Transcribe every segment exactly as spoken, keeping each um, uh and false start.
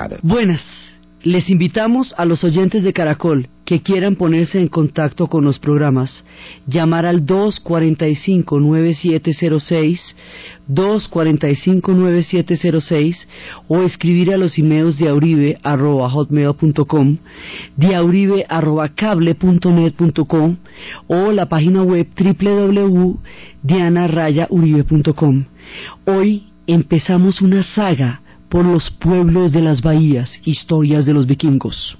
Claro. Buenas. Les invitamos a los oyentes de Caracol que quieran ponerse en contacto con los programas, llamar al dos cuatro cinco, nueve siete cero seis, dos cuatro cinco, nueve siete cero seis o escribir a los emails de auribe arroba hotmail punto com, de auribe arroba cable punto net punto com o la página web doble u doble u doble u punto diana raya uribe punto com. Hoy empezamos una saga por los pueblos de las bahías, historias de los vikingos.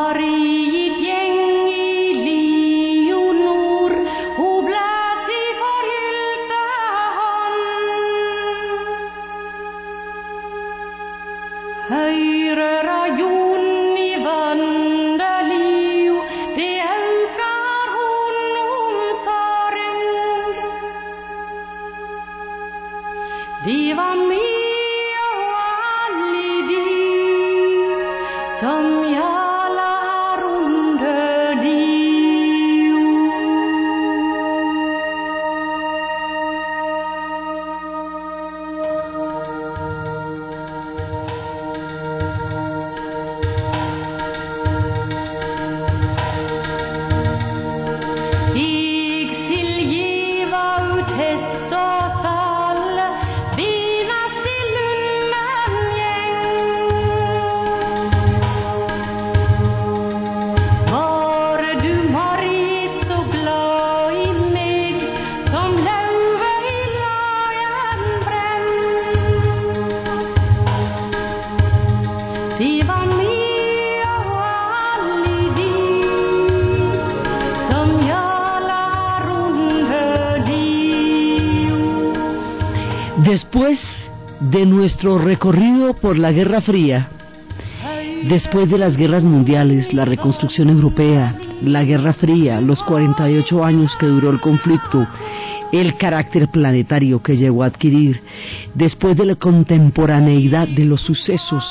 Después de nuestro recorrido por la Guerra Fría, después de las guerras mundiales, la reconstrucción europea, la Guerra Fría, los cuarenta y ocho años que duró el conflicto, el carácter planetario que llegó a adquirir, después de la contemporaneidad de los sucesos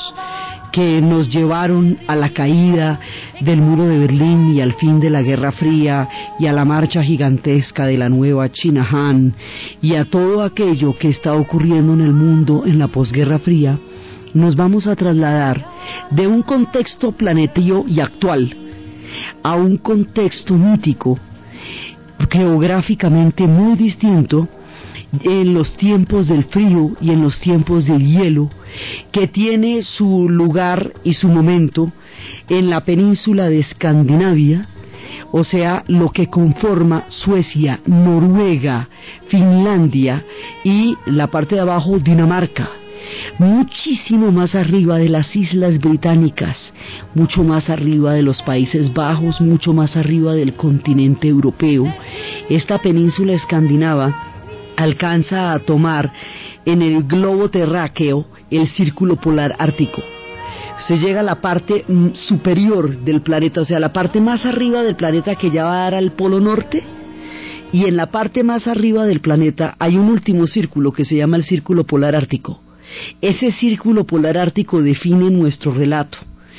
que nos llevaron a la caída del muro de Berlín y al fin de la Guerra Fría y a la marcha gigantesca de la nueva China Han y a todo aquello que está ocurriendo en el mundo en la posguerra fría, nos vamos a trasladar de un contexto planetario y actual a un contexto mítico, geográficamente muy distinto, en los tiempos del frío y en los tiempos del hielo, que tiene su lugar y su momento en la península de Escandinavia, o sea, lo que conforma Suecia, Noruega, Finlandia y la parte de abajo Dinamarca, muchísimo más arriba de las Islas Británicas, mucho más arriba de los Países Bajos, mucho más arriba del continente europeo. Esta península escandinava alcanza a tomar en el globo terráqueo el círculo polar ártico. Se llega a la parte mm, superior del planeta, o sea, la parte más arriba del planeta que ya va a dar al polo norte, y en la parte más arriba del planeta hay un último círculo que se llama el círculo polar ártico. Ese círculo polar ártico define nuestro relato.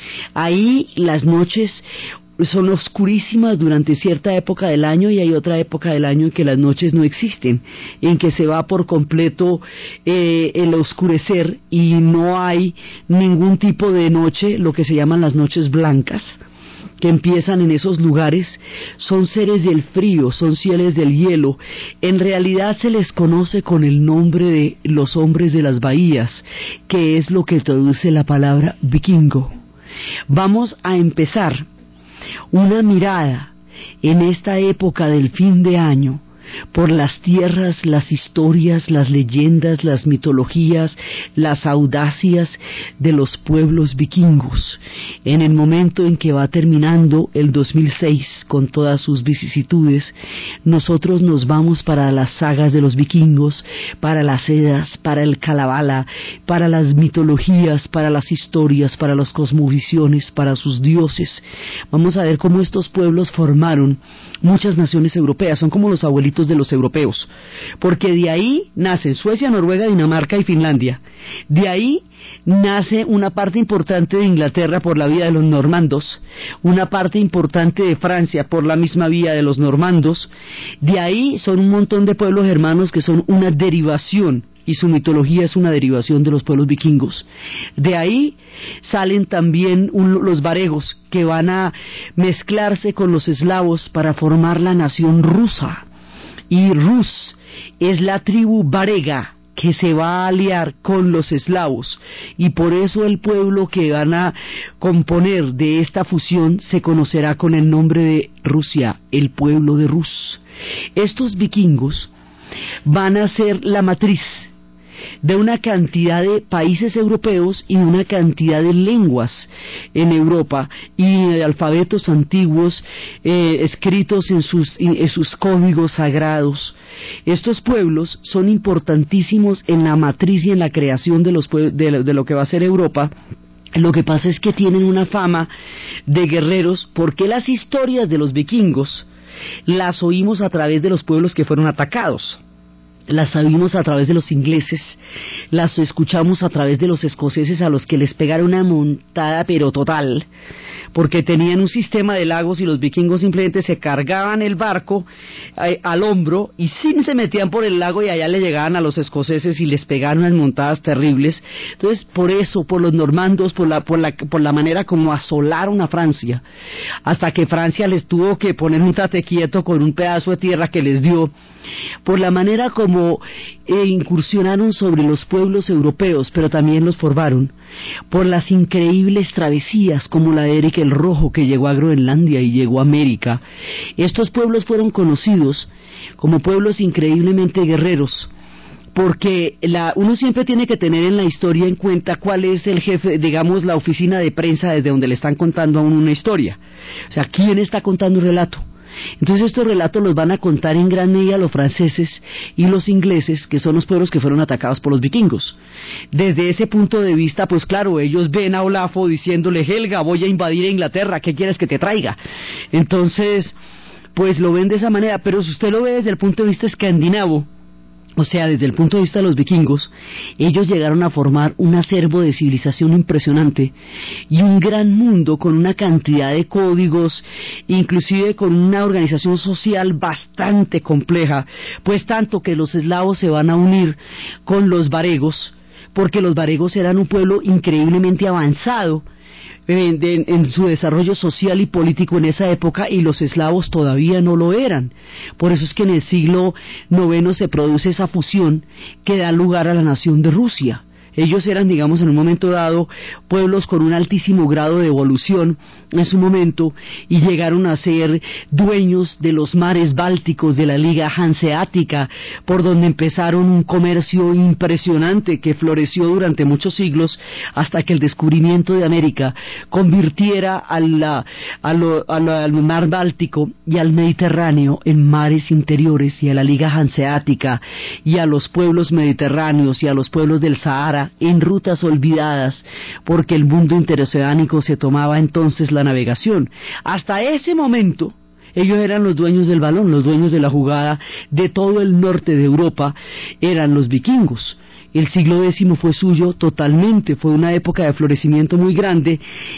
Ahí las noches son oscurísimas durante cierta época del año y hay otra época del año en que las noches no existen, en que se va por completo eh, el oscurecer y no hay ningún tipo de noche, lo que se llaman las noches blancas, que empiezan en esos lugares. Son seres del frío, son seres del hielo. En realidad se les conoce con el nombre de los hombres de las bahías, que es lo que traduce la palabra vikingo. Vamos a empezar una mirada en esta época del fin de año por las tierras, las historias, las leyendas, las mitologías, las audacias de los pueblos vikingos, en el momento en que va terminando el dos mil seis con todas sus vicisitudes. Nosotros nos vamos para las sagas de los vikingos, para las Edas, para el Kalevala, para las mitologías, para las historias, para las cosmovisiones, para sus dioses. Vamos a ver cómo estos pueblos formaron muchas naciones europeas. Son como los abuelitos conocimientos de los europeos, porque de ahí nacen Suecia, Noruega, Dinamarca y Finlandia. De ahí nace una parte importante de Inglaterra por la vía de los normandos, una parte importante de Francia por la misma vía de los normandos. De ahí son un montón de pueblos germanos que son una derivación, y su mitología es una derivación de los pueblos vikingos. De ahí salen también un, los varegos, que van a mezclarse con los eslavos para formar la nación rusa. Y Rus es la tribu varega que se va a aliar con los eslavos, y por eso el pueblo que van a componer de esta fusión se conocerá con el nombre de Rusia, el pueblo de Rus. Estos vikingos van a ser la matriz de una cantidad de países europeos y una cantidad de lenguas en Europa, y de alfabetos antiguos eh, escritos en sus, en sus códigos sagrados. Estos pueblos son importantísimos en la matriz y en la creación de, los pue- de, de lo que va a ser Europa. Lo que pasa es que tienen una fama de guerreros, porque las historias de los vikingos las oímos a través de los pueblos que fueron atacados. Las sabimos a través de los ingleses, las escuchamos a través de los escoceses, a los que les pegaron una montada pero total, porque tenían un sistema de lagos y los vikingos simplemente se cargaban el barco eh, al hombro y sin se metían por el lago, y allá le llegaban a los escoceses y les pegaban unas montadas terribles. Entonces, por eso, por los normandos, por la, por la, por la manera como asolaron a Francia, hasta que Francia les tuvo que poner un tate quieto con un pedazo de tierra que les dio, por la manera como eh, incursionaron sobre los pueblos europeos, pero también los formaron, por las increíbles travesías como la de Eric el Rojo, que llegó a Groenlandia y llegó a América. Estos pueblos fueron conocidos como pueblos increíblemente guerreros, porque la, uno siempre tiene que tener en la historia en cuenta cuál es el jefe, digamos, la oficina de prensa desde donde le están contando a uno una historia. O sea, ¿quién está contando el relato? Entonces estos relatos los van a contar en gran medida los franceses y los ingleses, que son los pueblos que fueron atacados por los vikingos. Desde ese punto de vista, pues claro, ellos ven a Olafo diciéndole: Helga, voy a invadir Inglaterra, ¿qué quieres que te traiga? Entonces, pues lo ven de esa manera. Pero si usted lo ve desde el punto de vista escandinavo, o sea, desde el punto de vista de los vikingos, ellos llegaron a formar un acervo de civilización impresionante y un gran mundo con una cantidad de códigos, inclusive con una organización social bastante compleja, pues tanto que los eslavos se van a unir con los varegos, porque los varegos eran un pueblo increíblemente avanzado En, de, en su desarrollo social y político en esa época, y los eslavos todavía no lo eran. Por eso es que en el siglo noveno se produce esa fusión que da lugar a la nación de Rusia. Ellos eran, digamos, en un momento dado, pueblos con un altísimo grado de evolución en su momento, y llegaron a ser dueños de los mares bálticos, de la Liga Hanseática, por donde empezaron un comercio impresionante que floreció durante muchos siglos, hasta que el descubrimiento de América convirtiera a la, a lo, a la, al mar Báltico y al Mediterráneo en mares interiores, y a la Liga Hanseática y a los pueblos mediterráneos y a los pueblos del Sahara en rutas olvidadas, porque el mundo interoceánico se tomaba entonces la navegación. Hasta ese momento ellos eran los dueños del balón, los dueños de la jugada de todo el norte de Europa, eran los vikingos. El siglo décimo fue suyo totalmente, fue una época de florecimiento muy grande,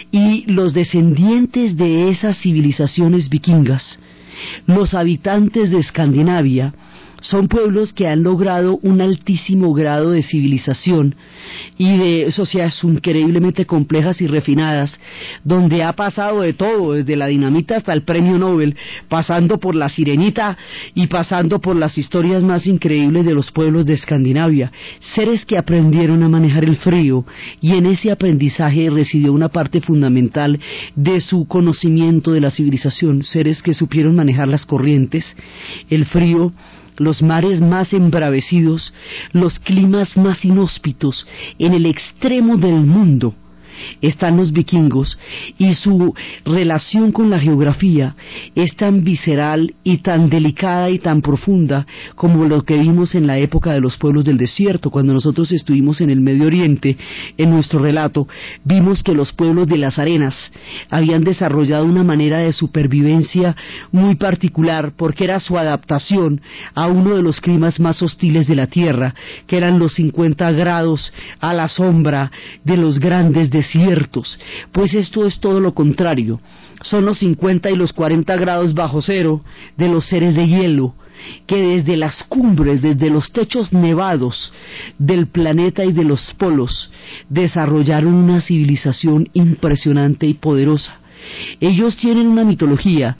y los descendientes de esas civilizaciones vikingas, los habitantes de Escandinavia, son pueblos que han logrado un altísimo grado de civilización y de sociedades increíblemente complejas y refinadas, donde ha pasado de todo, desde la dinamita hasta el premio Nobel, pasando por la sirenita y pasando por las historias más increíbles de los pueblos de Escandinavia. Seres que aprendieron a manejar el frío, y en ese aprendizaje residió una parte fundamental de su conocimiento de la civilización. Seres que supieron manejar las corrientes, el frío, los mares más embravecidos, los climas más inhóspitos en el extremo del mundo, están los vikingos, y su relación con la geografía es tan visceral y tan delicada y tan profunda como lo que vimos en la época de los pueblos del desierto. Cuando nosotros estuvimos en el Medio Oriente, en nuestro relato, vimos que los pueblos de las arenas habían desarrollado una manera de supervivencia muy particular, porque era su adaptación a uno de los climas más hostiles de la tierra, que eran los cincuenta grados a la sombra de los grandes desiertos. Pues esto es todo lo contrario, son los cincuenta y los cuarenta grados bajo cero de los seres de hielo, que desde las cumbres, desde los techos nevados del planeta y de los polos, desarrollaron una civilización impresionante y poderosa. Ellos tienen una mitología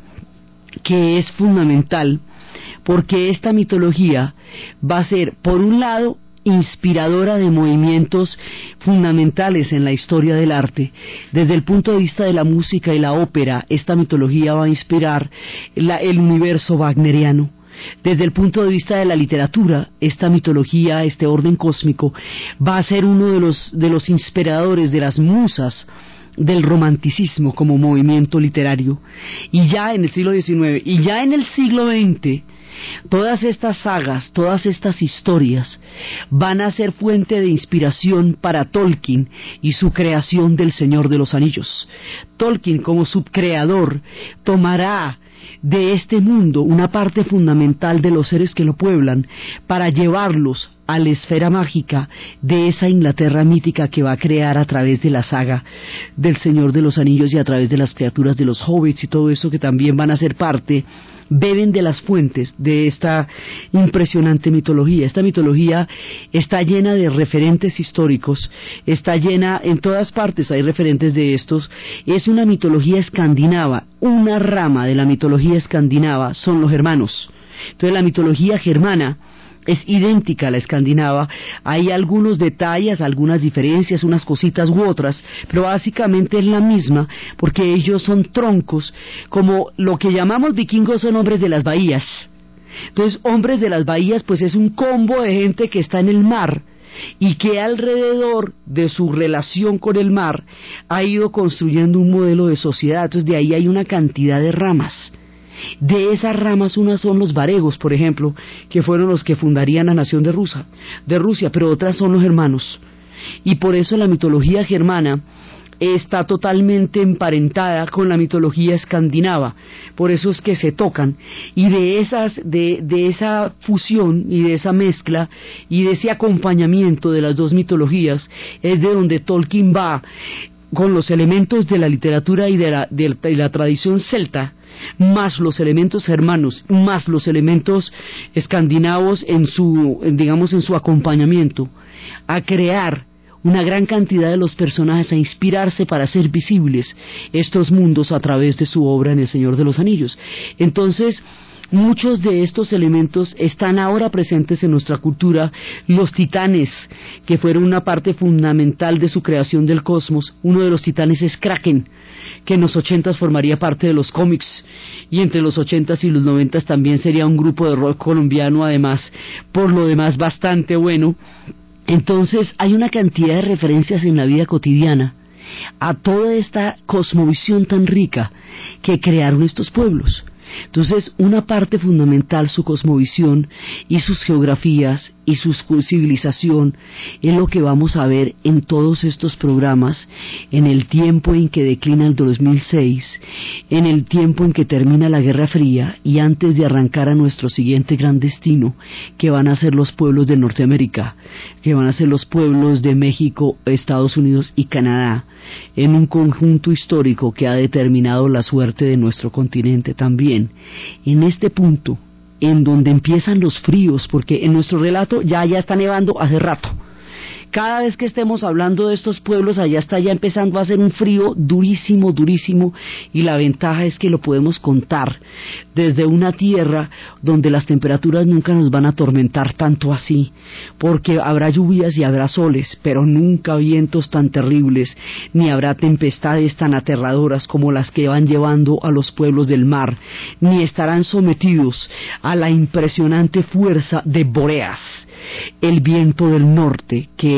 que es fundamental, porque esta mitología va a ser, por un lado, inspiradora de movimientos fundamentales en la historia del arte. Desde el punto de vista de la música y la ópera, esta mitología va a inspirar la, el universo wagneriano. Desde el punto de vista de la literatura, esta mitología, este orden cósmico, va a ser uno de los, de los inspiradores de las musas del romanticismo como movimiento literario. Y ya en el siglo diecinueve y ya en el siglo veinte, todas estas sagas, todas estas historias van a ser fuente de inspiración para Tolkien y su creación del Señor de los Anillos. Tolkien, como subcreador, tomará de este mundo una parte fundamental de los seres que lo pueblan para llevarlos a la esfera mágica de esa Inglaterra mítica que va a crear a través de la saga del Señor de los Anillos y a través de las criaturas de los hobbits y todo eso, que también van a ser parte, beben de las fuentes de esta impresionante mitología. Esta mitología está llena de referentes históricos, está llena, en todas partes hay referentes de estos. Es una mitología escandinava, una rama de la mitología escandinava son los germanos. Entonces la mitología germana es idéntica a la escandinava, hay algunos detalles, algunas diferencias, unas cositas u otras, pero básicamente es la misma, porque ellos son troncos, como lo que llamamos vikingos son hombres de las bahías. Entonces, hombres de las bahías, pues es un combo de gente que está en el mar, y que alrededor de su relación con el mar ha ido construyendo un modelo de sociedad. Entonces de ahí hay una cantidad de ramas. De esas ramas unas son los varegos, por ejemplo, que fueron los que fundarían la nación de Rusia, de Rusia, pero otras son los germanos. Y por eso la mitología germana está totalmente emparentada con la mitología escandinava, por eso es que se tocan, y de esas, de, de esa fusión y de esa mezcla y de ese acompañamiento de las dos mitologías es de donde Tolkien va con los elementos de la literatura y de la, de, de la tradición celta, más los elementos germanos, más los elementos escandinavos en su, digamos, en su acompañamiento, a crear una gran cantidad de los personajes, a inspirarse para hacer visibles estos mundos a través de su obra en El Señor de los Anillos. Entonces, muchos de estos elementos están ahora presentes en nuestra cultura. Los titanes, que fueron una parte fundamental de su creación del cosmos, uno de los titanes es Kraken, que en los ochentas formaría parte de los cómics, y entre los ochentas y los noventas también sería un grupo de rock colombiano, además, por lo demás bastante bueno. Entonces hay una cantidad de referencias en la vida cotidiana a toda esta cosmovisión tan rica que crearon estos pueblos. Entonces, una parte fundamental, su cosmovisión y sus geografías y su civilización, es lo que vamos a ver en todos estos programas, en el tiempo en que declina el dos mil seis, en el tiempo en que termina la Guerra Fría y antes de arrancar a nuestro siguiente gran destino, que van a ser los pueblos de Norteamérica, que van a ser los pueblos de México, Estados Unidos y Canadá, en un conjunto histórico que ha determinado la suerte de nuestro continente también. En este punto, en donde empiezan los fríos, porque en nuestro relato ya ya está nevando hace rato. Cada vez que estemos hablando de estos pueblos, allá está ya empezando a hacer un frío durísimo, durísimo, y la ventaja es que lo podemos contar desde una tierra donde las temperaturas nunca nos van a atormentar tanto así, porque habrá lluvias y habrá soles, pero nunca vientos tan terribles, ni habrá tempestades tan aterradoras como las que van llevando a los pueblos del mar, ni estarán sometidos a la impresionante fuerza de Bóreas, el viento del norte, que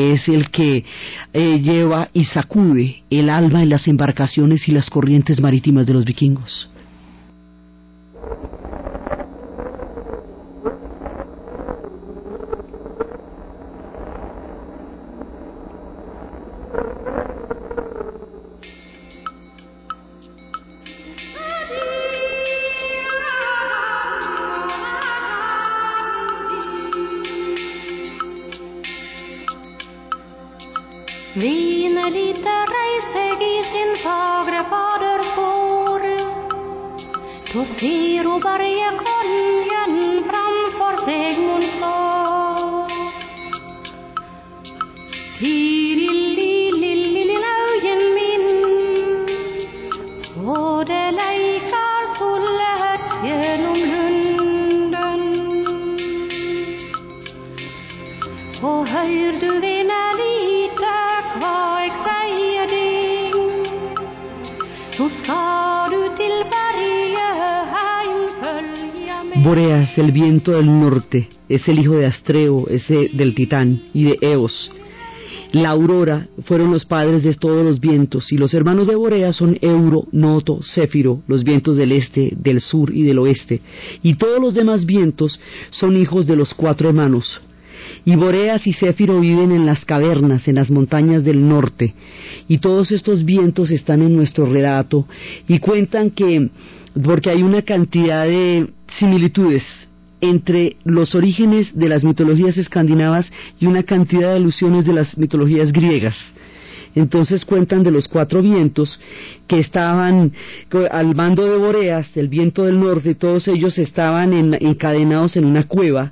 que es el que eh, lleva y sacude el alma en las embarcaciones y las corrientes marítimas de los vikingos. Vine lite reisig i sin fagre faderspor, då ser och bergekongen framfor seg monstar. Tiril-li-li-li-li-laugen min, og det leikar sollet gjennom lunden. Og høyr du vine lite hva jeg sier deg, så skal du til berget heim følge med. Bóreas, el viento del norte, es el hijo de Astreo, ese del Titán, y de Eos. La aurora fueron los padres de todos los vientos, y los hermanos de Bóreas son Euro, Noto, Céfiro, los vientos del este, del sur y del oeste, y todos los demás vientos son hijos de los cuatro hermanos. Y Bóreas y Céfiro viven en las cavernas, en las montañas del norte, y todos estos vientos están en nuestro relato, y cuentan que, porque hay una cantidad de similitudes entre los orígenes de las mitologías escandinavas y una cantidad de alusiones de las mitologías griegas. Entonces cuentan de los cuatro vientos que estaban al mando de Bóreas, el viento del norte, todos ellos estaban en, encadenados en una cueva,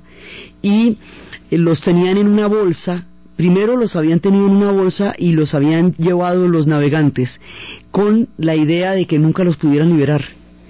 y los tenían en una bolsa. Primero los habían tenido en una bolsa y los habían llevado los navegantes con la idea de que nunca los pudieran liberar,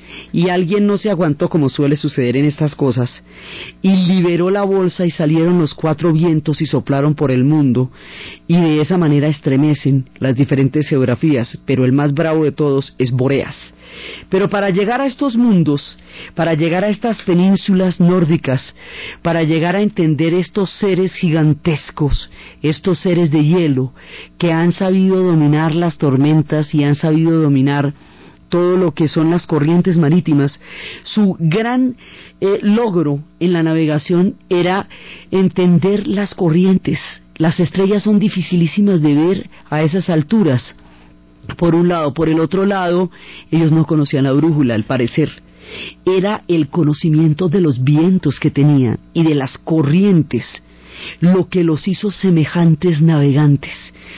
y alguien no se aguantó, como suele suceder en estas cosas, y liberó la bolsa y salieron los cuatro vientos y soplaron por el mundo, y de esa manera estremecen las diferentes geografías, pero el más bravo de todos es Bóreas. Pero para llegar a estos mundos, para llegar a estas penínsulas nórdicas, para llegar a entender estos seres gigantescos, estos seres de hielo que han sabido dominar las tormentas y han sabido dominar todo lo que son las corrientes marítimas, su gran eh, logro en la navegación era entender las corrientes. Las estrellas son dificilísimas de ver a esas alturas, por un lado. Por el otro lado, ellos no conocían la brújula, al parecer. Era el conocimiento de los vientos que tenían y de las corrientes lo que los hizo semejantes navegantes,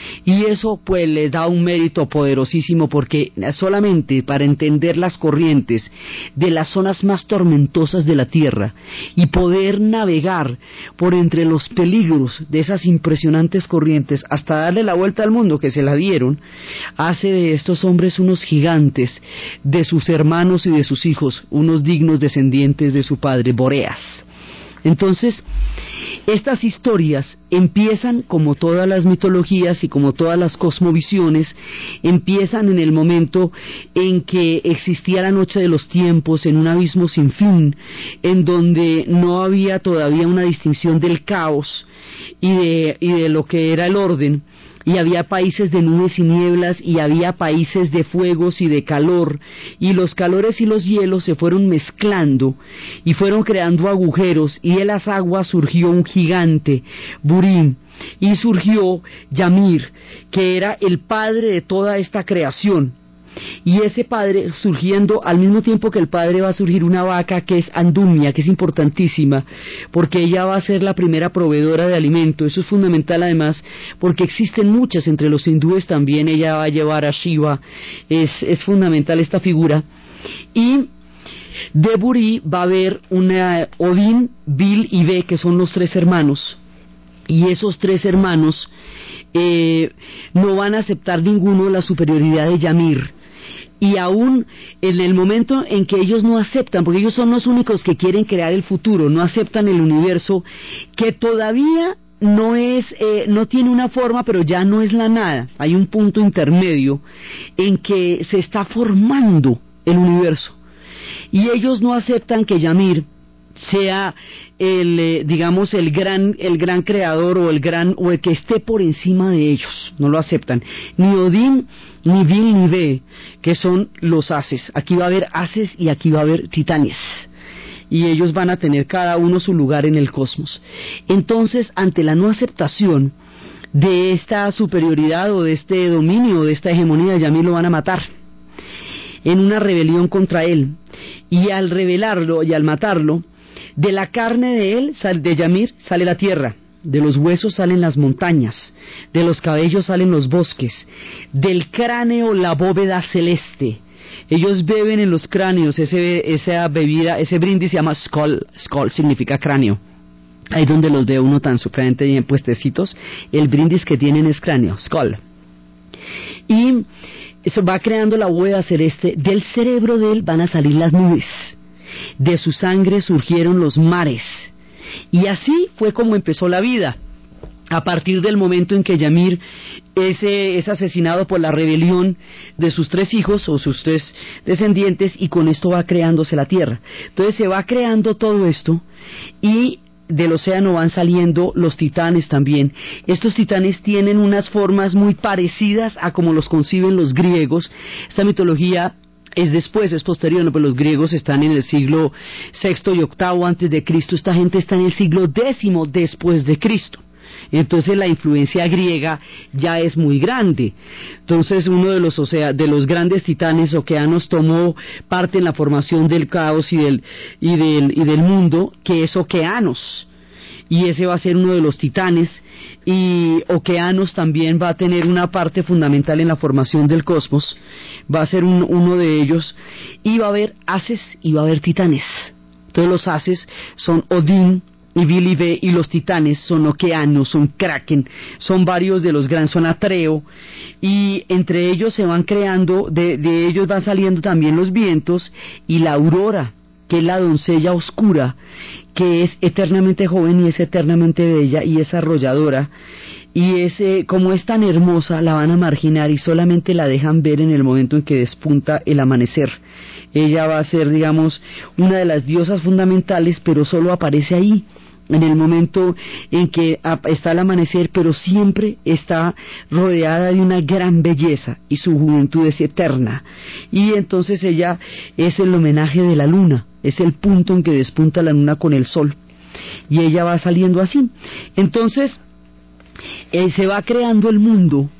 y eso pues les da un mérito poderosísimo, porque solamente para entender las corrientes de las zonas más tormentosas de la tierra y poder navegar por entre los peligros de esas impresionantes corrientes hasta darle la vuelta al mundo, que se la dieron, hace de estos hombres unos gigantes, de sus hermanos y de sus hijos, unos dignos descendientes de su padre Bóreas. Entonces, estas historias empiezan, como todas las mitologías y como todas las cosmovisiones, empiezan en el momento en que existía la noche de los tiempos, en un abismo sin fin, en donde no había todavía una distinción del caos y de, y de lo que era el orden, y había países de nubes y nieblas, y había países de fuegos y de calor, y los calores y los hielos se fueron mezclando y fueron creando agujeros, y de las aguas surgió un gigante, Buri, y surgió Ymir, que era el padre de toda esta creación. Y ese padre, surgiendo al mismo tiempo que el padre, va a surgir una vaca que es Andumia, que es importantísima, porque ella va a ser la primera proveedora de alimento. Eso es fundamental, además, porque existen muchas entre los hindúes también. Ella va a llevar a Shiva, es, es fundamental esta figura. Y de Buri va a haber una Odín, Bil y Ve, que son los tres hermanos, y esos tres hermanos eh, no van a aceptar ninguno la superioridad de Ymir. Y aún en el momento en que ellos no aceptan, porque ellos son los únicos que quieren crear el futuro, no aceptan el universo, que todavía no es, eh, no tiene una forma, pero ya no es la nada. Hay un punto intermedio en que se está formando el universo, y ellos no aceptan que Ymir sea el eh, digamos el gran el gran creador o el gran o el que esté por encima de ellos. No lo aceptan, ni Odín, ni Vil, ni Ve, que son los haces. Aquí va a haber haces y aquí va a haber titanes, y ellos van a tener cada uno su lugar en el cosmos. Entonces, ante la no aceptación de esta superioridad o de este dominio o de esta hegemonía, Yamir lo van a matar en una rebelión contra él, y al rebelarlo y al matarlo, de la carne de él, de Yamir, sale la tierra, de los huesos salen las montañas, de los cabellos salen los bosques, del cráneo la bóveda celeste. Ellos beben en los cráneos, ese, esa bebida, ese brindis se llama skull, skull significa cráneo. Ahí donde los ve uno tan supremamente bien puestecitos, el brindis que tienen es cráneo, skull. Y eso va creando la bóveda celeste, del cerebro de él van a salir las nubes, de su sangre surgieron los mares, y así fue como empezó la vida. A partir del momento en que Yamir es, eh, es asesinado por la rebelión de sus tres hijos o sus tres descendientes, y con esto va creándose la tierra. Entonces se va creando todo esto, y del océano van saliendo los titanes también. Estos titanes tienen unas formas muy parecidas a como los conciben los griegos. Esta mitología es después, es posterior, ¿no? Pero los griegos están en el siglo sexto y octavo antes de Cristo. Esta gente está en el siglo décimo después de Cristo. Entonces la influencia griega ya es muy grande. Entonces uno de los, o sea, de los grandes titanes Okeanos tomó parte en la formación del caos y del y del y del mundo, que es Okeanos, y ese va a ser uno de los titanes. Y Okeanos también va a tener una parte fundamental en la formación del cosmos, va a ser un, uno de ellos, y va a haber haces y va a haber titanes. Entonces los haces son Odín y Vil y Ve, y los titanes son Okeanos, son Kraken, son varios de los grandes, son Atreo, y entre ellos se van creando, de, de ellos van saliendo también los vientos y la aurora, que es la doncella oscura, que es eternamente joven y es eternamente bella y es arrolladora, y es, eh, como es tan hermosa, la van a marginar y solamente la dejan ver en el momento en que despunta el amanecer. Ella va a ser, digamos, una de las diosas fundamentales, pero solo aparece ahí, en el momento en que está el amanecer, pero siempre está rodeada de una gran belleza y su juventud es eterna. Y entonces ella es el homenaje de la luna, es el punto en que despunta la luna con el sol, y ella va saliendo así. Entonces eh, se va creando el mundo,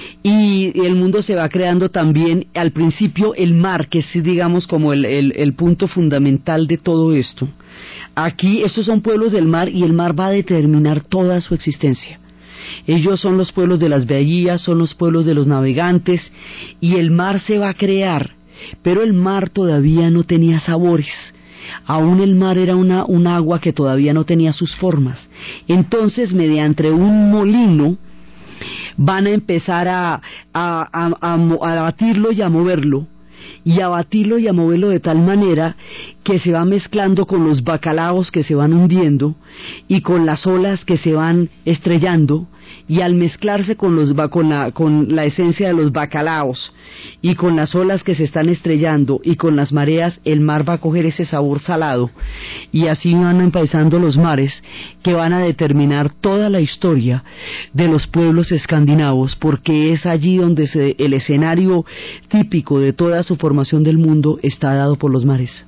y el mundo se va creando también, al principio el mar, que es, digamos, como el, el, el punto fundamental de todo esto. Aquí estos son pueblos del mar, y el mar va a determinar toda su existencia. Ellos son los pueblos de las bahías, son los pueblos de los navegantes, y el mar se va a crear, pero el mar todavía no tenía sabores. Aún el mar era una, un agua que todavía no tenía sus formas. Entonces, mediante un molino, van a empezar a, a, a, a, a batirlo y a moverlo, y a batirlo y a moverlo de tal manera que se va mezclando con los bacalaos que se van hundiendo y con las olas que se van estrellando, y al mezclarse con los con la con la esencia de los bacalaos y con las olas que se están estrellando y con las mareas, el mar va a coger ese sabor salado, y así van empezando los mares que van a determinar toda la historia de los pueblos escandinavos, porque es allí donde se, el escenario típico de toda su formación del mundo está dado por los mares.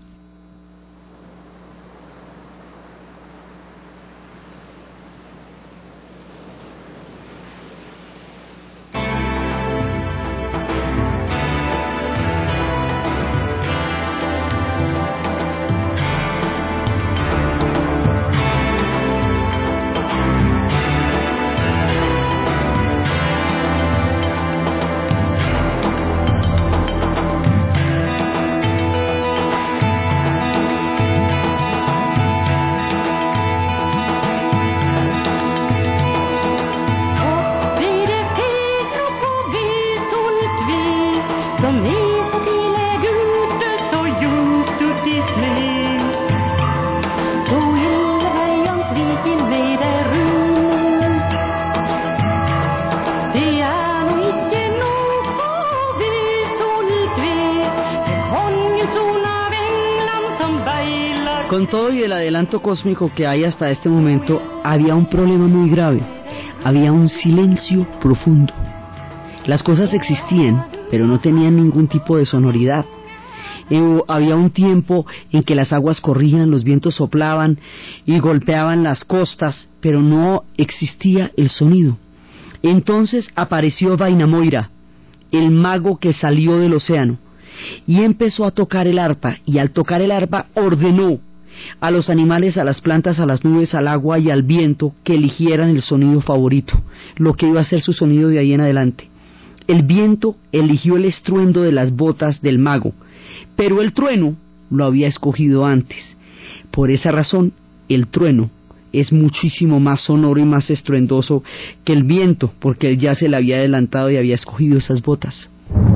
Con todo y el adelanto cósmico que hay hasta este momento, había un problema muy grave. Había un silencio profundo. Las cosas existían, pero no tenían ningún tipo de sonoridad. Eh, había un tiempo en que las aguas corrían, los vientos soplaban y golpeaban las costas, pero no existía el sonido. Entonces apareció Wainamoira, el mago que salió del océano, y empezó a tocar el arpa, y al tocar el arpa ordenó a los animales, a las plantas, a las nubes, al agua y al viento que eligieran el sonido favorito, lo que iba a ser su sonido de ahí en adelante. El viento eligió el estruendo de las botas del mago, pero el trueno lo había escogido antes. Por esa razón, el trueno es muchísimo más sonoro y más estruendoso que el viento, porque él ya se le había adelantado y había escogido esas botas.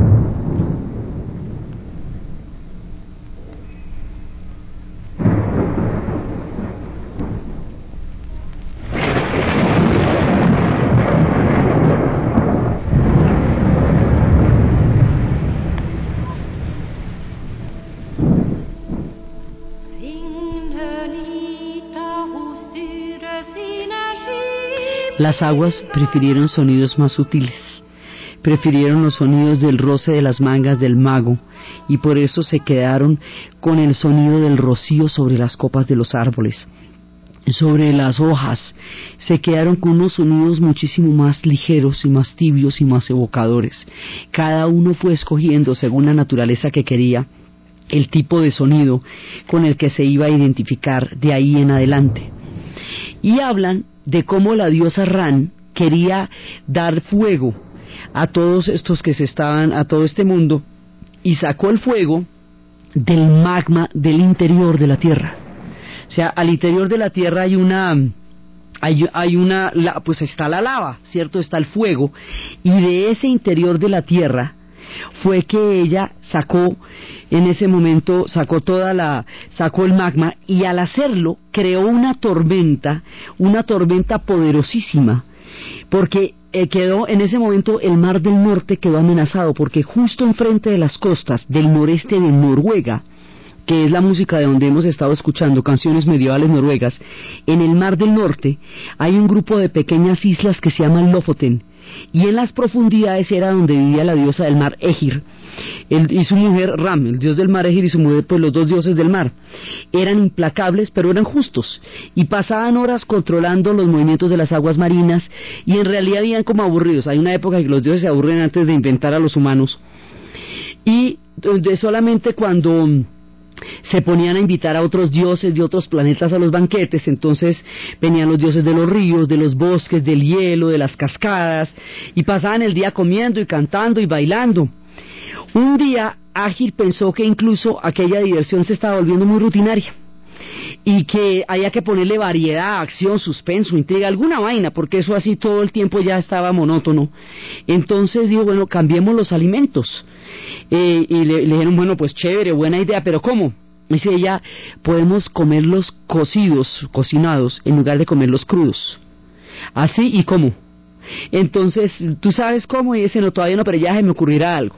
Las aguas prefirieron sonidos más sutiles, prefirieron los sonidos del roce de las mangas del mago, y por eso se quedaron con el sonido del rocío sobre las copas de los árboles, sobre las hojas. Se quedaron con unos sonidos muchísimo más ligeros y más tibios y más evocadores. Cada uno fue escogiendo, según la naturaleza que quería, el tipo de sonido con el que se iba a identificar de ahí en adelante. Y hablan de cómo la diosa Ran quería dar fuego a todos estos que se estaban, a todo este mundo, y sacó el fuego del magma del interior de la tierra. O sea, al interior de la tierra hay una, hay, hay una, la, pues está la lava, ¿cierto? Está el fuego, y de ese interior de la tierra fue que ella sacó, en ese momento sacó toda la, sacó el magma, y al hacerlo creó una tormenta, una tormenta poderosísima, porque eh, quedó en ese momento el mar del norte quedó amenazado, porque justo enfrente de las costas del noreste de Noruega, que es la música de donde hemos estado escuchando, canciones medievales noruegas, en el mar del norte hay un grupo de pequeñas islas que se llaman Lofoten, y en las profundidades era donde vivía la diosa del mar Egir, el, y su mujer Ram, el dios del mar Egir, y su mujer, pues los dos dioses del mar. Eran implacables, pero eran justos, y pasaban horas controlando los movimientos de las aguas marinas, y en realidad vivían como aburridos. Hay una época en que los dioses se aburren antes de inventar a los humanos, y de solamente cuando se ponían a invitar a otros dioses de otros planetas a los banquetes, entonces venían los dioses de los ríos, de los bosques, del hielo, de las cascadas, y pasaban el día comiendo y cantando y bailando. Un día Ágil pensó que incluso aquella diversión se estaba volviendo muy rutinaria, y que había que ponerle variedad, acción, suspenso, intriga, alguna vaina, porque eso así todo el tiempo ya estaba monótono. Entonces dijo, bueno, cambiemos los alimentos. Eh, y le, le dijeron, bueno, pues chévere, buena idea, pero ¿cómo? Dice ella, podemos comerlos cocidos, cocinados, en lugar de comerlos crudos. ¿Así? ¿Y cómo? Entonces, ¿tú sabes cómo? Y dice, no, todavía no, pero ya se me ocurrirá algo.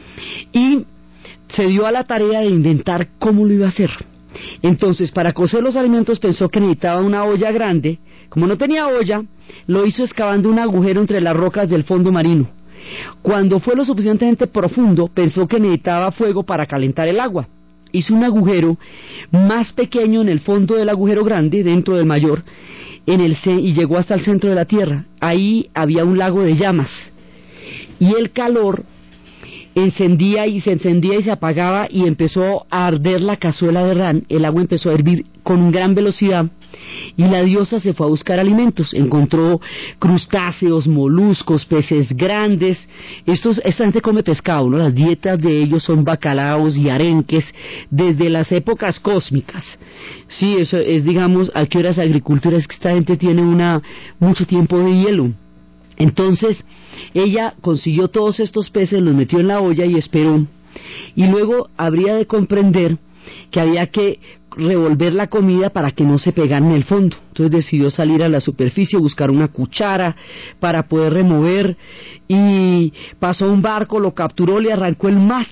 Y se dio a la tarea de inventar cómo lo iba a hacer. Entonces, para cocer los alimentos pensó que necesitaba una olla grande. Como no tenía olla, lo hizo excavando un agujero entre las rocas del fondo marino. Cuando fue lo suficientemente profundo, pensó que necesitaba fuego para calentar el agua. Hizo un agujero más pequeño en el fondo del agujero grande, dentro del mayor, en el ce- y llegó hasta el centro de la tierra. Ahí había un lago de llamas, y el calor encendía y se encendía y se apagaba, y empezó a arder la cazuela de Ran. El agua empezó a hervir con gran velocidad, y la diosa se fue a buscar alimentos. Encontró crustáceos, moluscos, peces grandes. Estos, esta gente come pescado, ¿no? Las dietas de ellos son bacalaos y arenques desde las épocas cósmicas. Sí, eso es, digamos, a qué horas agricultura es que esta gente tiene una mucho tiempo de hielo. Entonces ella consiguió todos estos peces, los metió en la olla y esperó, y luego habría de comprender que había que revolver la comida para que no se pegara en el fondo. Entonces decidió salir a la superficie, buscar una cuchara para poder remover, y pasó un barco, lo capturó, le arrancó el mástil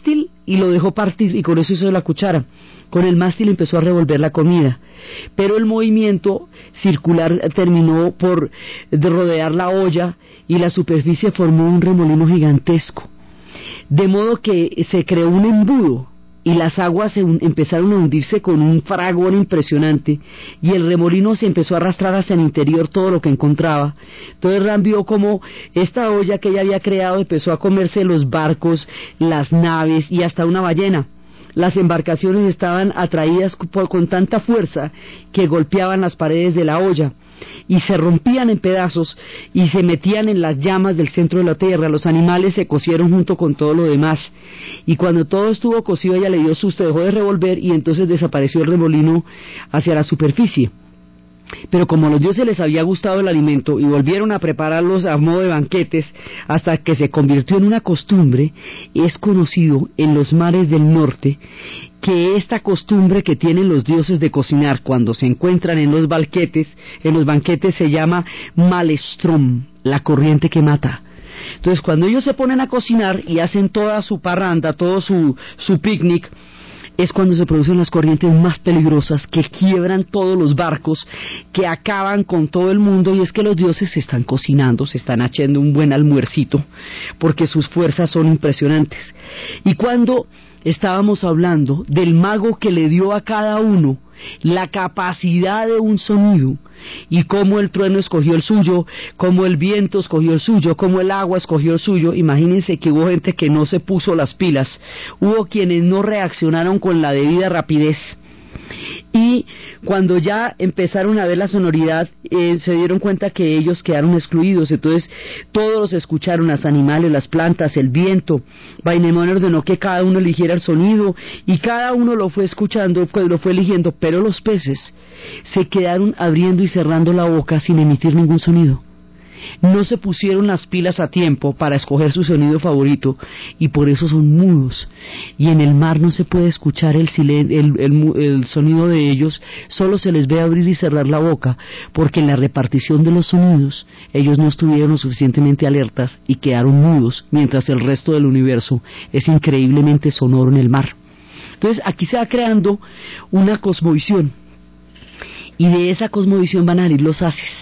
y lo dejó partir, y con eso hizo la cuchara. Con el mástil empezó a revolver la comida, pero el movimiento circular terminó por rodear la olla y la superficie formó un remolino gigantesco, de modo que se creó un embudo y las aguas se un, empezaron a hundirse con un fragor impresionante, y el remolino se empezó a arrastrar hacia el interior todo lo que encontraba. Entonces Ram vio como esta olla que ella había creado empezó a comerse los barcos, las naves y hasta una ballena. Las embarcaciones estaban atraídas con tanta fuerza que golpeaban las paredes de la olla y se rompían en pedazos y se metían en las llamas del centro de la tierra. Los animales se cocieron junto con todo lo demás, y cuando todo estuvo cocido ella le dio susto, dejó de revolver y entonces desapareció el remolino hacia la superficie. Pero como a los dioses les había gustado el alimento y volvieron a prepararlos a modo de banquetes hasta que se convirtió en una costumbre, es conocido en los mares del norte que esta costumbre que tienen los dioses de cocinar cuando se encuentran en los banquetes, en los banquetes se llama malestrom, la corriente que mata. Entonces cuando ellos se ponen a cocinar y hacen toda su parranda, todo su, su picnic, es cuando se producen las corrientes más peligrosas que quiebran todos los barcos, que acaban con todo el mundo, y es que los dioses se están cocinando, se están haciendo un buen almuercito, porque sus fuerzas son impresionantes. Y cuando estábamos hablando del mago que le dio a cada uno la capacidad de un sonido, y cómo el trueno escogió el suyo, cómo el viento escogió el suyo, cómo el agua escogió el suyo, imagínense que hubo gente que no se puso las pilas, hubo quienes no reaccionaron con la debida rapidez, y cuando ya empezaron a ver la sonoridad eh, se dieron cuenta que ellos quedaron excluidos. Entonces todos escucharon, los animales, las plantas, el viento. Bainemón ordenó que cada uno eligiera el sonido y cada uno lo fue escuchando, lo fue eligiendo, pero los peces se quedaron abriendo y cerrando la boca sin emitir ningún sonido. No se pusieron las pilas a tiempo para escoger su sonido favorito y por eso son mudos, y en el mar no se puede escuchar el, silen- el, el, el sonido de ellos, solo se les ve abrir y cerrar la boca, porque en la repartición de los sonidos ellos no estuvieron lo suficientemente alertas y quedaron mudos, mientras el resto del universo es increíblemente sonoro en el mar. Entonces aquí se va creando una cosmovisión, y de esa cosmovisión van a salir los haces.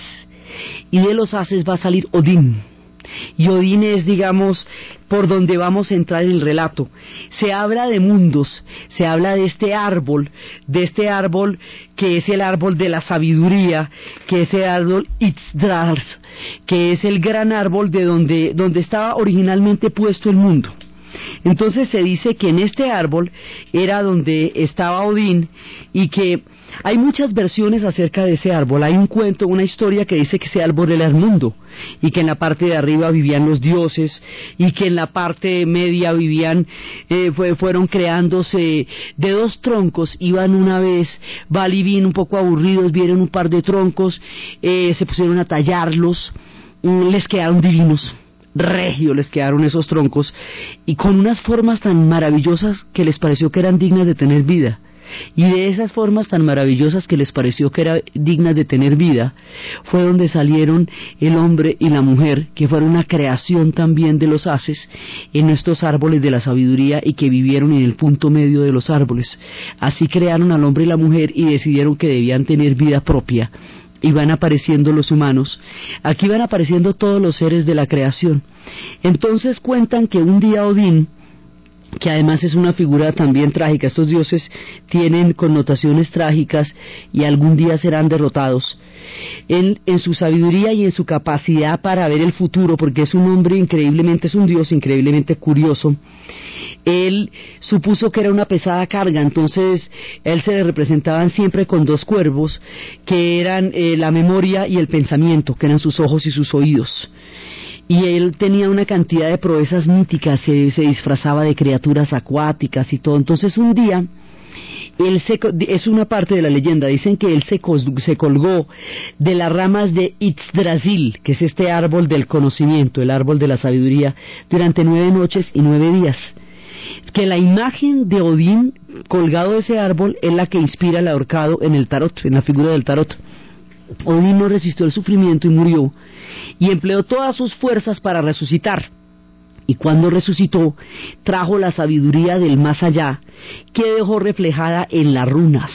Y de los haces va a salir Odín, y Odín es, digamos, por donde vamos a entrar en el relato. Se habla de mundos, se habla de este árbol, de este árbol que es el árbol de la sabiduría, que es el árbol Yggdrasil, que es el gran árbol de donde, donde estaba originalmente puesto el mundo. Entonces se dice que en este árbol era donde estaba Odín, y que hay muchas versiones acerca de ese árbol. Hay un cuento, una historia que dice que ese árbol era el mundo, y que en la parte de arriba vivían los dioses, y que en la parte media vivían, eh, fue, fueron creándose de dos troncos. Iban una vez, Val y Vin, un poco aburridos, vieron un par de troncos, eh, se pusieron a tallarlos, mm, les quedaron divinos. Regio les quedaron esos troncos, y con unas formas tan maravillosas que les pareció que eran dignas de tener vida. Y de esas formas tan maravillosas que les pareció que eran dignas de tener vida, fue donde salieron el hombre y la mujer, que fueron una creación también de los haces en estos árboles de la sabiduría, y que vivieron en el punto medio de los árboles. Así crearon al hombre y la mujer y decidieron que debían tener vida propia. Y van apareciendo los humanos, aquí van apareciendo todos los seres de la creación. Entonces cuentan que un día Odín, que además es una figura también trágica, estos dioses tienen connotaciones trágicas y algún día serán derrotados, él, en su sabiduría y en su capacidad para ver el futuro, porque es un hombre increíblemente, es un dios increíblemente curioso, él supuso que era una pesada carga. Entonces él se le representaban siempre con dos cuervos, que eran eh, la memoria y el pensamiento, que eran sus ojos y sus oídos. Y él tenía una cantidad de proezas míticas, se, se disfrazaba de criaturas acuáticas y todo. Entonces un día, él se, es una parte de la leyenda, dicen que él se, se colgó de las ramas de Yggdrasil, que es este árbol del conocimiento, el árbol de la sabiduría, durante nueve noches y nueve días. Que la imagen de Odín colgado de ese árbol es la que inspira el ahorcado en el tarot, en la figura del tarot. Odín no resistió el sufrimiento y murió, y empleó todas sus fuerzas para resucitar. y cuando resucitó, trajo la sabiduría del más allá, que dejó reflejada en las runas.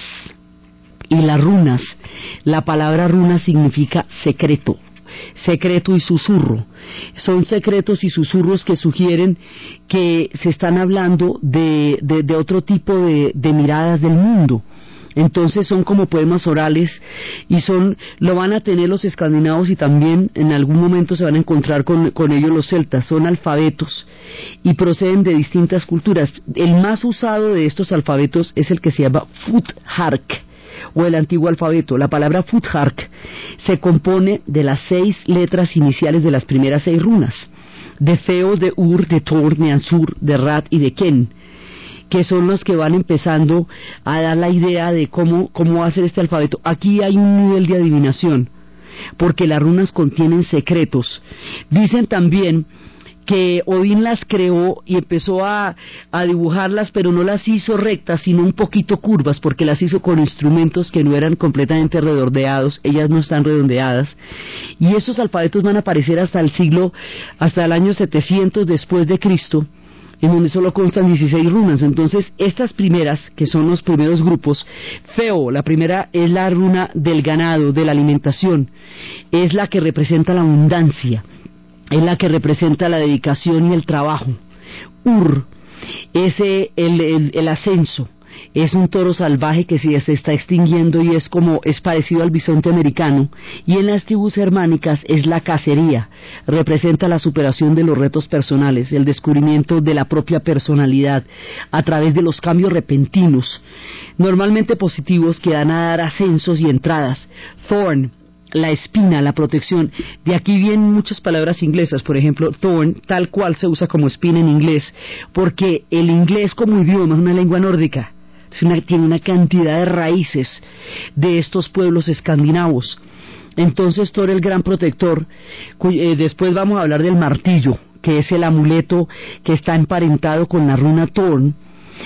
Y las runas, la palabra runa significa secreto, secreto y susurro. Son secretos y susurros que sugieren que se están hablando de, de, de otro tipo de, de miradas del mundo. Entonces son como poemas orales y son lo van a tener los escandinavos y también en algún momento se van a encontrar con, con ellos los celtas. Son alfabetos y proceden de distintas culturas. El más usado de estos alfabetos es el que se llama Futhark o el antiguo alfabeto. La palabra Futhark se compone de las seis letras iniciales de las primeras seis runas, de Feo, de Ur, de Thor, de Ansur, de Rat y de Ken, que son los que van empezando a dar la idea de cómo, cómo hacer este alfabeto. Aquí hay un nivel de adivinación, porque las runas contienen secretos. Dicen también que Odín las creó y empezó a, a dibujarlas, pero no las hizo rectas, sino un poquito curvas, porque las hizo con instrumentos que no eran completamente redondeados. Ellas no están redondeadas. Y estos alfabetos van a aparecer hasta el siglo, hasta el año setecientos después de Cristo, en donde solo constan dieciséis runas. Entonces, estas primeras, que son los primeros grupos, Feo, la primera es la runa del ganado, de la alimentación, es la que representa la abundancia, es la que representa la dedicación y el trabajo. Ur, es el, el, el ascenso, es un toro salvaje que se está extinguiendo y es como es parecido al bisonte americano. Y en las tribus germánicas es la cacería, representa la superación de los retos personales, el descubrimiento de la propia personalidad a través de los cambios repentinos, normalmente positivos, que dan a dar ascensos y entradas. Thorn, la espina, la protección. De aquí vienen muchas palabras inglesas. Por ejemplo, thorn, tal cual se usa como espina en inglés, porque el inglés como idioma es una lengua nórdica. Una, tiene una cantidad de raíces de estos pueblos escandinavos. Entonces Thor, el gran protector, eh, después vamos a hablar del martillo, que es el amuleto que está emparentado con la runa Thorn.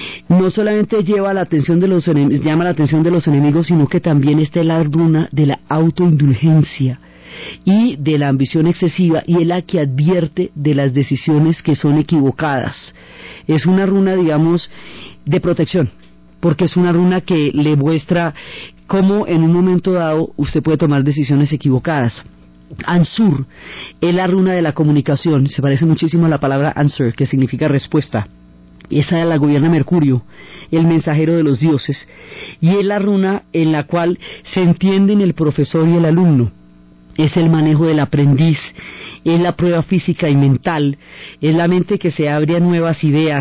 No solamente lleva la atención de los enemigos, llama la atención de los enemigos, sino que también está la runa de la autoindulgencia y de la ambición excesiva, y es la que advierte de las decisiones que son equivocadas. Es una runa, digamos, de protección, porque es una runa que le muestra cómo en un momento dado usted puede tomar decisiones equivocadas. Ansur es la runa de la comunicación, se parece muchísimo a la palabra answer, que significa respuesta. Esa la gobierna Mercurio, el mensajero de los dioses, y es la runa en la cual se entienden el profesor y el alumno. Es el manejo del aprendiz, es la prueba física y mental, es la mente que se abre a nuevas ideas.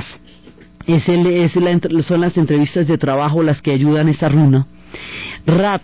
Es el, es la, son las entrevistas de trabajo las que ayudan a esta runa. Rat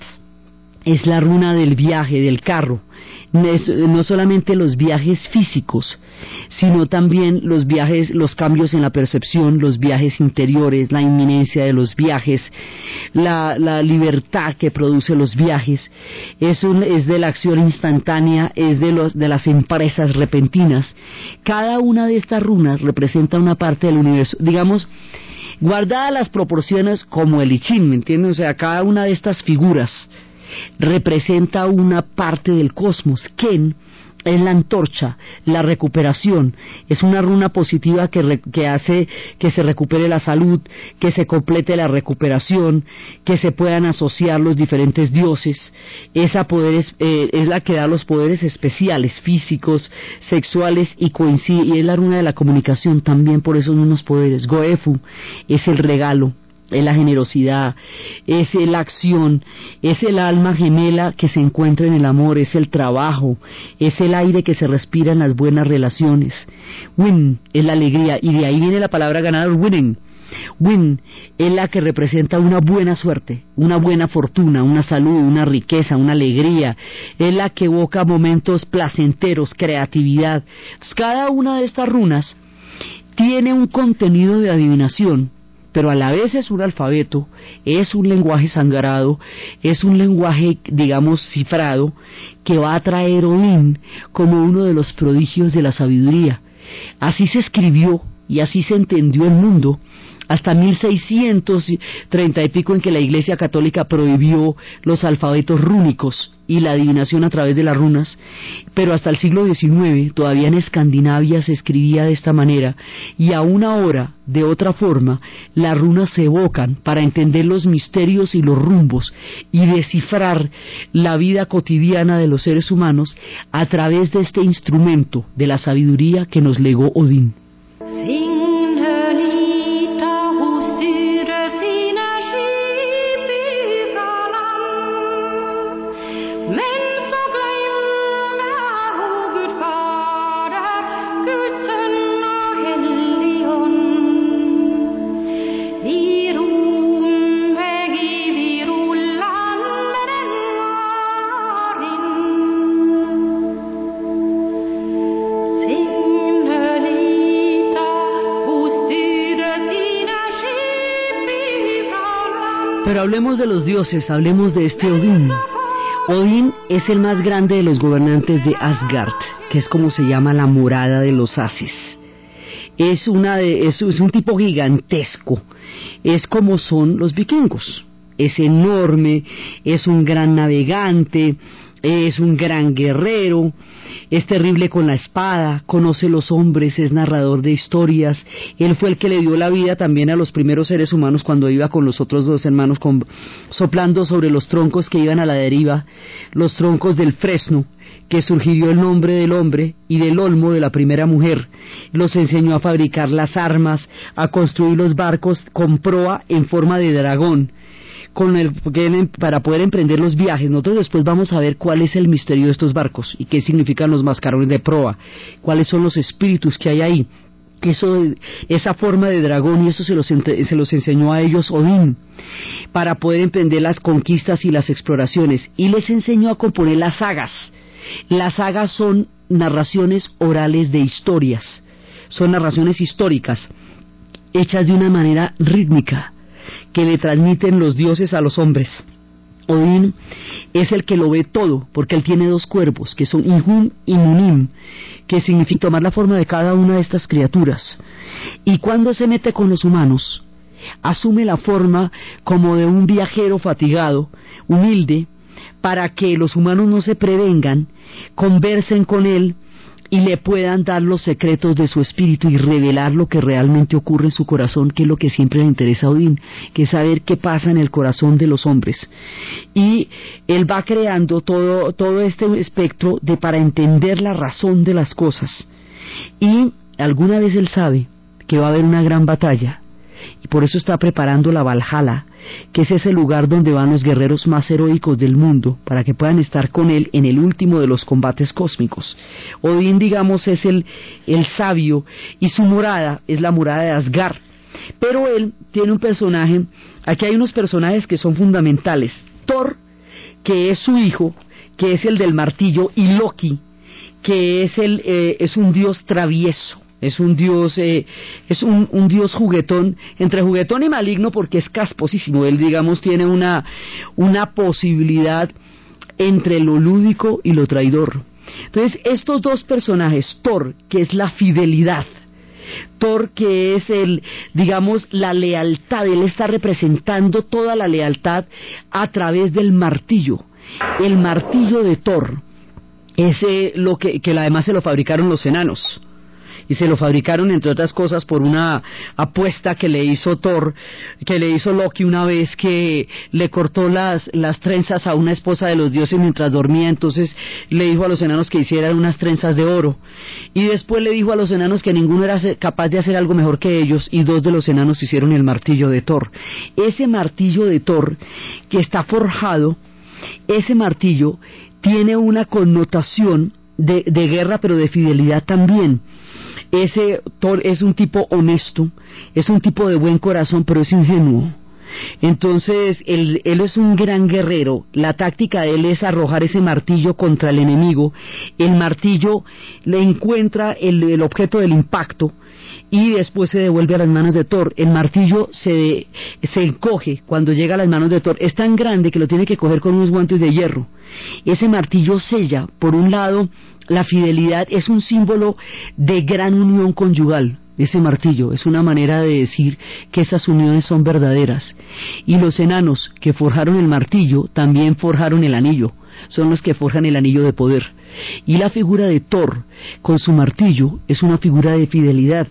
es la runa del viaje, del carro. No, es, no solamente los viajes físicos, sino también los viajes, los cambios en la percepción, los viajes interiores, la inminencia de los viajes, la, la libertad que produce los viajes. Es, un, es de la acción instantánea, es de, los, de las empresas repentinas. Cada una de estas runas representa una parte del universo, digamos, guardadas las proporciones como el I Ching, ¿me entiendes? O sea, cada una de estas figuras representa una parte del cosmos. Ken es la antorcha, la recuperación, es una runa positiva que, re, que hace que se recupere la salud, que se complete la recuperación, que se puedan asociar los diferentes dioses. Esa poderes, eh, es la que da los poderes especiales, físicos, sexuales, y coincide, y es la runa de la comunicación también por esos mismos poderes. Goefu es el regalo, es la generosidad, es la acción, es el alma gemela que se encuentra en el amor, es el trabajo, es el aire que se respira en las buenas relaciones. Win es la alegría, y de ahí viene la palabra ganador, winning. Win es la que representa una buena suerte, una buena fortuna, una salud, una riqueza, una alegría. Es la que evoca momentos placenteros, creatividad. Entonces, cada una de estas runas tiene un contenido de adivinación, pero a la vez es un alfabeto, es un lenguaje sagrado, es un lenguaje, digamos, cifrado, que va a traer Odín como uno de los prodigios de la sabiduría. Así se escribió y así se entendió el mundo hasta mil seiscientos treinta y pico, en que la Iglesia Católica prohibió los alfabetos rúnicos y la adivinación a través de las runas, pero hasta el siglo diecinueve todavía en Escandinavia se escribía de esta manera, y aún ahora, de otra forma, las runas se evocan para entender los misterios y los rumbos y descifrar la vida cotidiana de los seres humanos a través de este instrumento de la sabiduría que nos legó Odín. Pero hablemos de los dioses, hablemos de este Odín. Odín es el más grande de los gobernantes de Asgard, que es como se llama la morada de los Ases. Es, una de, es, es un tipo gigantesco, es como son los vikingos. Es enorme, es un gran navegante, es un gran guerrero, es terrible con la espada, conoce los hombres, es narrador de historias. Él fue el que le dio la vida también a los primeros seres humanos cuando iba con los otros dos hermanos con, soplando sobre los troncos que iban a la deriva, los troncos del fresno, que surgió el nombre del hombre, y del olmo de la primera mujer. Los enseñó a fabricar las armas, a construir los barcos con proa en forma de dragón, con el, para poder emprender los viajes. Nosotros después vamos a ver cuál es el misterio de estos barcos y qué significan los mascarones de proa, cuáles son los espíritus que hay ahí. Eso, esa forma de dragón, y eso se los, se los enseñó a ellos Odín, para poder emprender las conquistas y las exploraciones, y les enseñó a componer las sagas. Las sagas son narraciones orales de historias, son narraciones históricas, hechas de una manera rítmica, que le transmiten los dioses a los hombres. Odín es el que lo ve todo, porque él tiene dos cuerpos, que son Inhum y Munim, que significa tomar la forma de cada una de estas criaturas. Y cuando se mete con los humanos, asume la forma como de un viajero fatigado, humilde, para que los humanos no se prevengan, conversen con él y le puedan dar los secretos de su espíritu y revelar lo que realmente ocurre en su corazón, que es lo que siempre le interesa a Odín, que es saber qué pasa en el corazón de los hombres. Y él va creando todo, todo este espectro de para entender la razón de las cosas. Y alguna vez él sabe que va a haber una gran batalla, y por eso está preparando la Valhalla, que es ese lugar donde van los guerreros más heroicos del mundo, para que puedan estar con él en el último de los combates cósmicos. Odín, digamos, es el, el sabio, y su morada es la morada de Asgard. Pero él tiene un personaje, aquí hay unos personajes que son fundamentales. Thor, que es su hijo, que es el del martillo, y Loki, que es, el, eh, es un dios travieso. Es un dios, eh, es un, un dios juguetón, entre juguetón y maligno, porque es casposísimo. Él, digamos, tiene una, una posibilidad entre lo lúdico y lo traidor. Entonces, estos dos personajes, Thor, que es la fidelidad, Thor, que es el, digamos, la lealtad, él está representando toda la lealtad a través del martillo. El martillo de Thor es eh, lo que, que además se lo fabricaron los enanos. Y se lo fabricaron, entre otras cosas, por una apuesta que le hizo Thor, que le hizo Loki una vez, que le cortó las, las trenzas a una esposa de los dioses mientras dormía. Entonces le dijo a los enanos que hicieran unas trenzas de oro, y después le dijo a los enanos que ninguno era capaz de hacer algo mejor que ellos, y dos de los enanos hicieron el martillo de Thor. Ese martillo de Thor, que está forjado, ese martillo tiene una connotación de, de guerra, pero de fidelidad también. Ese Thor es un tipo honesto, es un tipo de buen corazón, pero es ingenuo. Entonces él, él es un gran guerrero. La táctica de él es arrojar ese martillo contra el enemigo. El martillo le encuentra el, el objeto del impacto y después se devuelve a las manos de Thor. El martillo se, se encoge cuando llega a las manos de Thor. Es tan grande que lo tiene que coger con unos guantes de hierro. Ese martillo sella, por un lado, la fidelidad, es un símbolo de gran unión conyugal. ese martillo, es una manera de decir que esas uniones son verdaderas. Y los enanos que forjaron el martillo también forjaron el anillo, son los que forjan el anillo de poder. Y la figura de Thor con su martillo es una figura de fidelidad.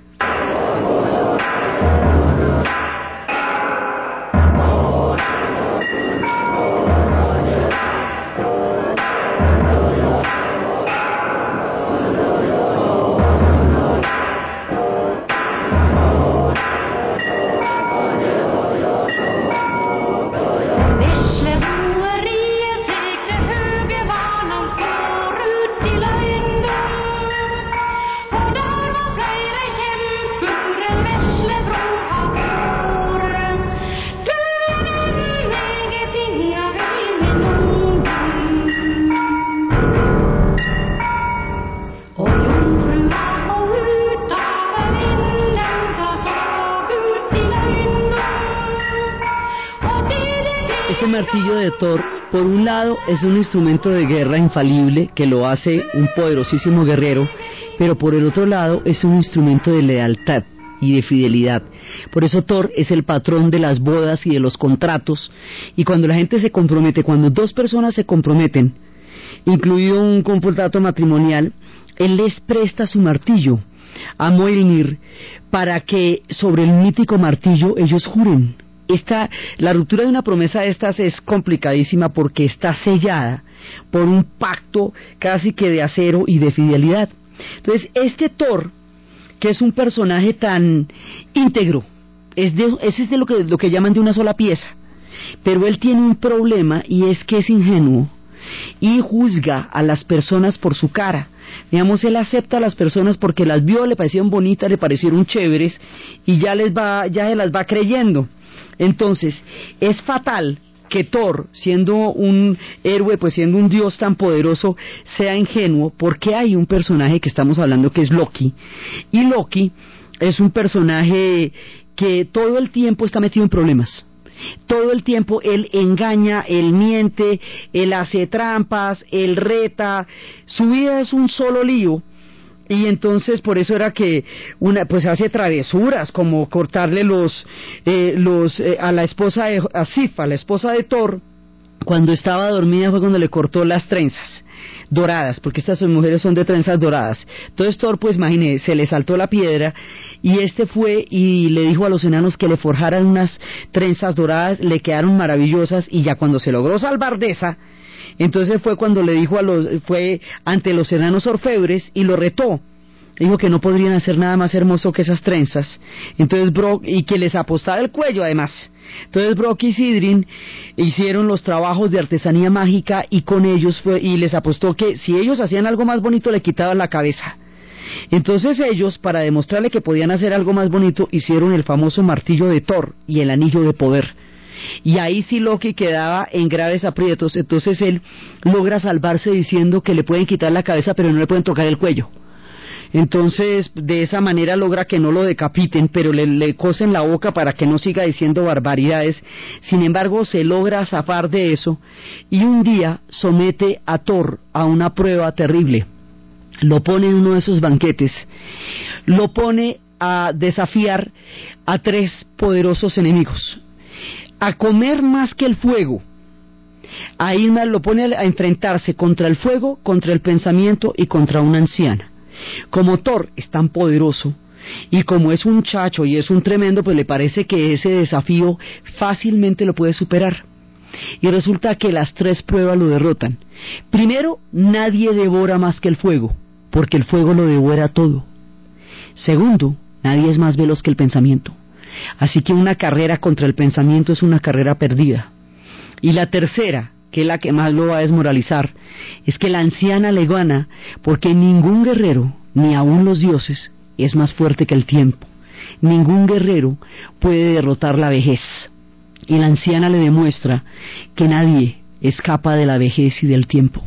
Este martillo de Thor, por un lado, es un instrumento de guerra infalible que lo hace un poderosísimo guerrero, pero por el otro lado es un instrumento de lealtad y de fidelidad. Por eso Thor es el patrón de las bodas y de los contratos, y cuando la gente se compromete, cuando dos personas se comprometen, incluido un contrato matrimonial, él les presta su martillo a Mjolnir para que sobre el mítico martillo ellos juren. Esta, la ruptura de una promesa de estas es complicadísima porque está sellada por un pacto casi que de acero y de fidelidad. Entonces, este Thor, que es un personaje tan íntegro, es de, ese es de lo que, lo que llaman de una sola pieza, pero él tiene un problema y es que es ingenuo y juzga a las personas por su cara. Digamos, él acepta a las personas porque las vio, le parecieron bonitas, le parecieron chéveres y ya les va, ya se las va creyendo. Entonces, es fatal que Thor, siendo un héroe, pues siendo un dios tan poderoso, sea ingenuo, porque hay un personaje que estamos hablando que es Loki, y Loki es un personaje que todo el tiempo está metido en problemas. Todo el tiempo él engaña, él miente, él hace trampas, él reta, su vida es un solo lío. Y entonces por eso era que una pues hace travesuras como cortarle los eh, los eh, a la esposa de a Sif, a la esposa de Thor, cuando estaba dormida fue cuando le cortó las trenzas doradas, porque estas mujeres son de trenzas doradas. Entonces Thor, pues imagínese, se le saltó la piedra y este fue y le dijo a los enanos que le forjaran unas trenzas doradas, le quedaron maravillosas, y ya cuando se logró salvar de esa, entonces fue cuando le dijo a los, fue ante los enanos orfebres y lo retó. Dijo que no podrían hacer nada más hermoso que esas trenzas. Entonces Brock, y que les apostara el cuello además. Entonces Brock y Sidrin hicieron los trabajos de artesanía mágica y con ellos fue, y les apostó que si ellos hacían algo más bonito le quitaban la cabeza. Entonces ellos, para demostrarle que podían hacer algo más bonito, hicieron el famoso martillo de Thor y el anillo de poder. Y ahí sí Loki quedaba en graves aprietos. Entonces él logra salvarse diciendo que le pueden quitar la cabeza pero no le pueden tocar el cuello. Entonces de esa manera logra que no lo decapiten, pero le, le cosen la boca para que no siga diciendo barbaridades. Sin embargo se logra zafar de eso y un día somete a Thor a una prueba terrible. Lo pone en uno de esos banquetes, lo pone a desafiar a tres poderosos enemigos, a comer más que el fuego, a ir más, lo pone a enfrentarse contra el fuego, contra el pensamiento y contra una anciana. Como Thor es tan poderoso y como es un chacho y es un tremendo, pues le parece que ese desafío fácilmente lo puede superar. Y resulta que las tres pruebas lo derrotan. Primero, nadie devora más que el fuego, porque el fuego lo devora todo. Segundo, nadie es más veloz que el pensamiento. Así que una carrera contra el pensamiento es una carrera perdida. Y la tercera, que es la que más lo va a desmoralizar, es que la anciana le gana porque ningún guerrero, ni aun los dioses, es más fuerte que el tiempo. Ningún guerrero puede derrotar la vejez. Y la anciana le demuestra que nadie escapa de la vejez y del tiempo.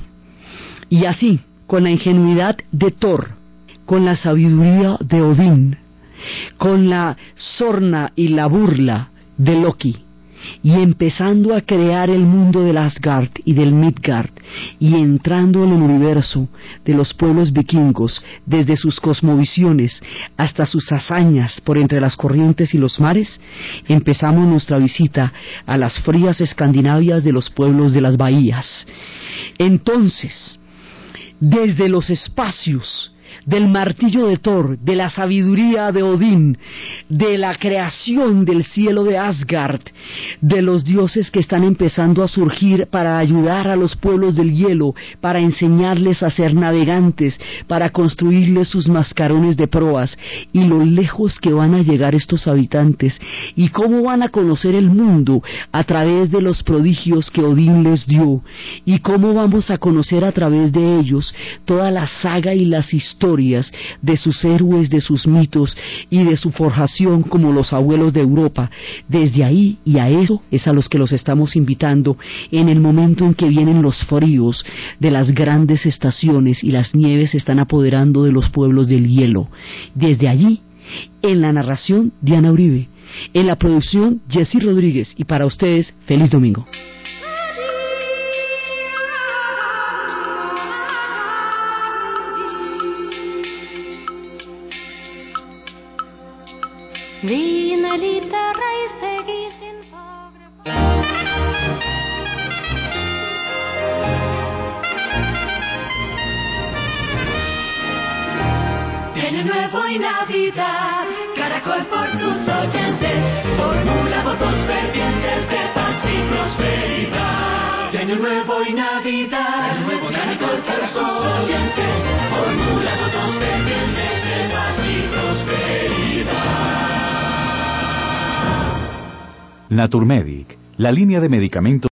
Y así, con la ingenuidad de Thor, con la sabiduría de Odín, con la sorna y la burla de Loki, y empezando a crear el mundo del Asgard y del Midgard, y entrando en el universo de los pueblos vikingos, desde sus cosmovisiones hasta sus hazañas por entre las corrientes y los mares, empezamos nuestra visita a las frías Escandinavias de los pueblos de las bahías. Entonces, desde los espacios del martillo de Thor, de la sabiduría de Odín, de la creación del cielo de Asgard, de los dioses que están empezando a surgir para ayudar a los pueblos del hielo, para enseñarles a ser navegantes, para construirles sus mascarones de proas, y lo lejos que van a llegar estos habitantes, y cómo van a conocer el mundo a través de los prodigios que Odín les dio, y cómo vamos a conocer a través de ellos toda la saga y las historias de sus héroes, de sus mitos y de su forjación como los abuelos de Europa. Desde ahí y a eso es a los que los estamos invitando en el momento en que vienen los fríos de las grandes estaciones y las nieves se están apoderando de los pueblos del hielo. Desde allí, en la narración, Diana Uribe, en la producción, Jessy Rodríguez, y para ustedes, feliz domingo. Vine lite reisig i sin fagre. Año nuevo y Navidad, Caracol por sus oyentes, formula votos fervientes de paz y prosperidad. Año nuevo y Navidad, Año nuevo Caracol por sus oyentes, formula votos fervientes de paz y prosperidad. Naturmedic, la línea de medicamentos